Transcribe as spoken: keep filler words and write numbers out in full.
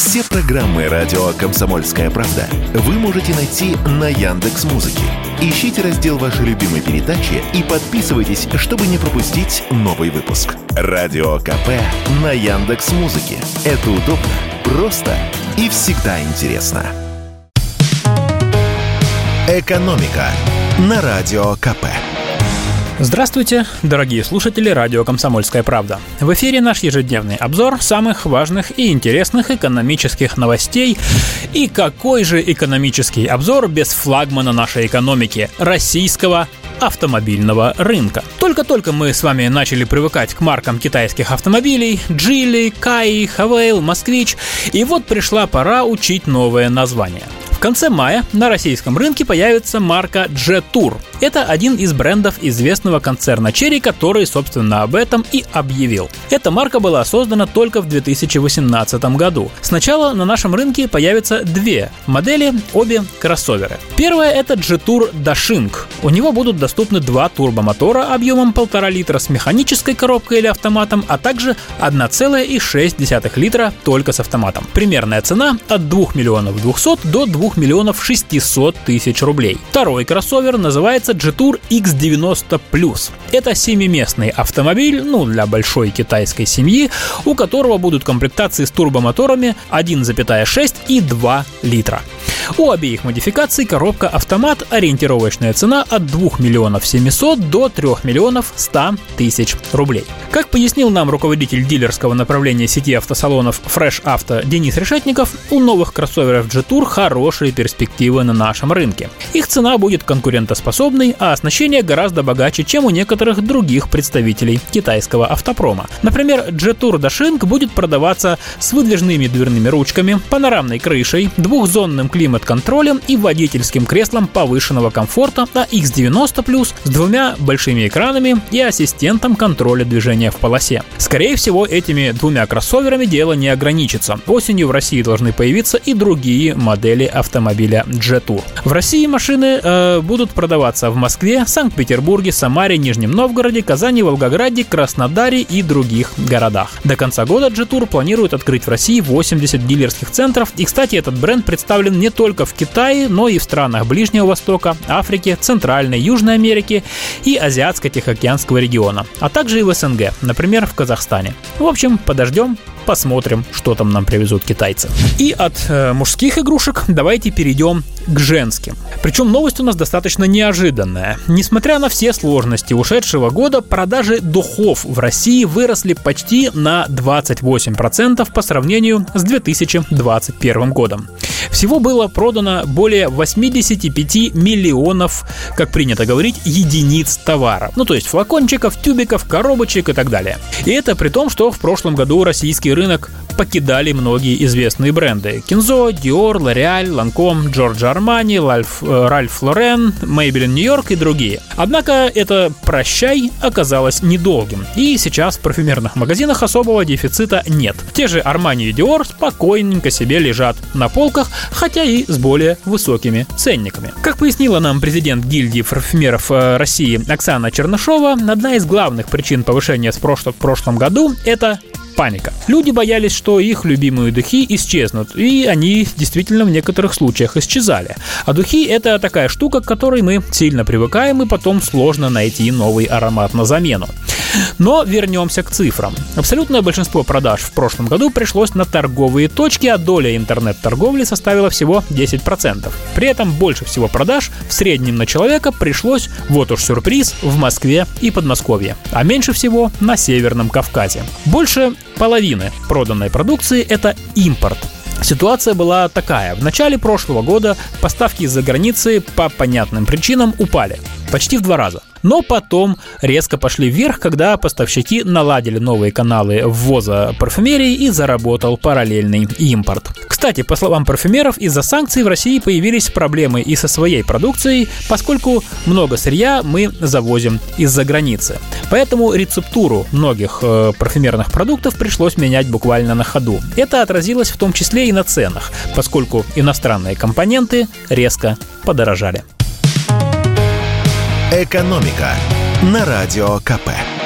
Все программы радио «Комсомольская правда» вы можете найти на Яндекс.Музыке. Ищите раздел вашей любимой передачи и подписывайтесь, чтобы не пропустить новый выпуск. Радио КП на Яндекс.Музыке. Это удобно, просто и всегда интересно. «Экономика» на Радио КП. Здравствуйте, дорогие слушатели радио «Комсомольская правда». В эфире наш ежедневный обзор самых важных и интересных экономических новостей. И какой же экономический обзор без флагмана нашей экономики – российского автомобильного рынка. Только-только мы с вами начали привыкать к маркам китайских автомобилей – Geely, Кай, Хавейл, Москвич. И вот пришла пора учить новое название. В конце мая на российском рынке появится марка Jetour. Это один из брендов известного концерна Chery, который, собственно, об этом и объявил. Эта марка была создана только в две тысячи восемнадцатом году. Сначала на нашем рынке появятся две модели, обе кроссоверы. Первая – это Jetour Dashing. У него будут доступны два турбомотора объемом полтора литра с механической коробкой или автоматом, а также один целых шесть десятых литра только с автоматом. Примерная цена от двух миллионов двухсот до двух миллионов шестисот тысяч рублей. Второй кроссовер называется Jetour икс девяносто плюс. Это семиместный автомобиль, ну, для большой китайской семьи, у которого будут комплектации с турбомоторами один целых шесть и два литра. У обеих модификаций коробка автомат, ориентировочная цена от двух миллионов семисот до трёх миллионов ста тысяч рублей. Как пояснил нам руководитель дилерского направления сети автосалонов Fresh Auto Денис Решетников, у новых кроссоверов Jetour хорошие перспективы на нашем рынке. Их цена будет конкурентоспособной, а оснащение гораздо богаче, чем у некоторых других представителей китайского автопрома. Например, Jetour Dashing будет продаваться с выдвижными дверными ручками, панорамной крышей, двухзонным климат-контролем и водительским креслом повышенного комфорта, а икс девяносто плюс с двумя большими экранами и ассистентом контроля движения в полосе. Скорее всего, этими двумя кроссоверами дело не ограничится. Осенью в России должны появиться и другие модели автомобиля Jetour. В России машины э, будут продаваться в Москве, Санкт-Петербурге, Самаре, Нижнем Новгороде, Казани, Волгограде, Краснодаре и других городах. До конца года Jetour планирует открыть в России восемьдесят дилерских центров. И, кстати, этот бренд представлен не только в Китае, но и в странах Ближнего Востока, Африки, Центральной, Южной Америки и Азиатско-Тихоокеанского региона, а также и в СНГ, например, в Казахстане. В общем, подождем, посмотрим, что там нам привезут китайцы. И от э, мужских игрушек давайте перейдем к женским. Причем новость у нас достаточно неожиданная. Несмотря на все сложности ушедшего года, продажи духов в России выросли почти на двадцать восемь процентов по сравнению с две тысячи двадцать первым годом. Всего было продано более восемьдесят пять миллионов, как принято говорить, единиц товара. Ну, то есть флакончиков, тюбиков, коробочек и так далее. И это при том, что в прошлом году российский рынок покидали многие известные бренды: Kenzo, Dior, L'Oreal, Lancome, Giorgio Armani, Ralph Lauren, Maybelline New York и другие. Однако это «прощай» оказалось недолгим, и сейчас в парфюмерных магазинах особого дефицита нет. Те же Armani и Dior спокойненько себе лежат на полках, хотя и с более высокими ценниками. Как пояснила нам президент гильдии парфюмеров России Оксана Чернышова, одна из главных причин повышения спроса в прошлом году – это паника. Люди боялись, что их любимые духи исчезнут, и они действительно в некоторых случаях исчезали. А духи — это такая штука, к которой мы сильно привыкаем, и потом сложно найти новый аромат на замену. Но вернемся к цифрам. Абсолютное большинство продаж в прошлом году пришлось на торговые точки, а доля интернет-торговли составила всего десять процентов. При этом больше всего продаж в среднем на человека пришлось, вот уж сюрприз, в Москве и Подмосковье, а меньше всего на Северном Кавказе. Больше половины проданной продукции – это импорт. Ситуация была такая. В начале прошлого года поставки из-за границы по понятным причинам упали почти в два раза. Но потом резко пошли вверх, когда поставщики наладили новые каналы ввоза парфюмерии и заработал параллельный импорт. Кстати, по словам парфюмеров, из-за санкций в России появились проблемы и со своей продукцией, поскольку много сырья мы завозим из-за границы. Поэтому рецептуру многих э, парфюмерных продуктов пришлось менять буквально на ходу. Это отразилось в том числе и на ценах, поскольку иностранные компоненты резко подорожали. Экономика на Радио КП.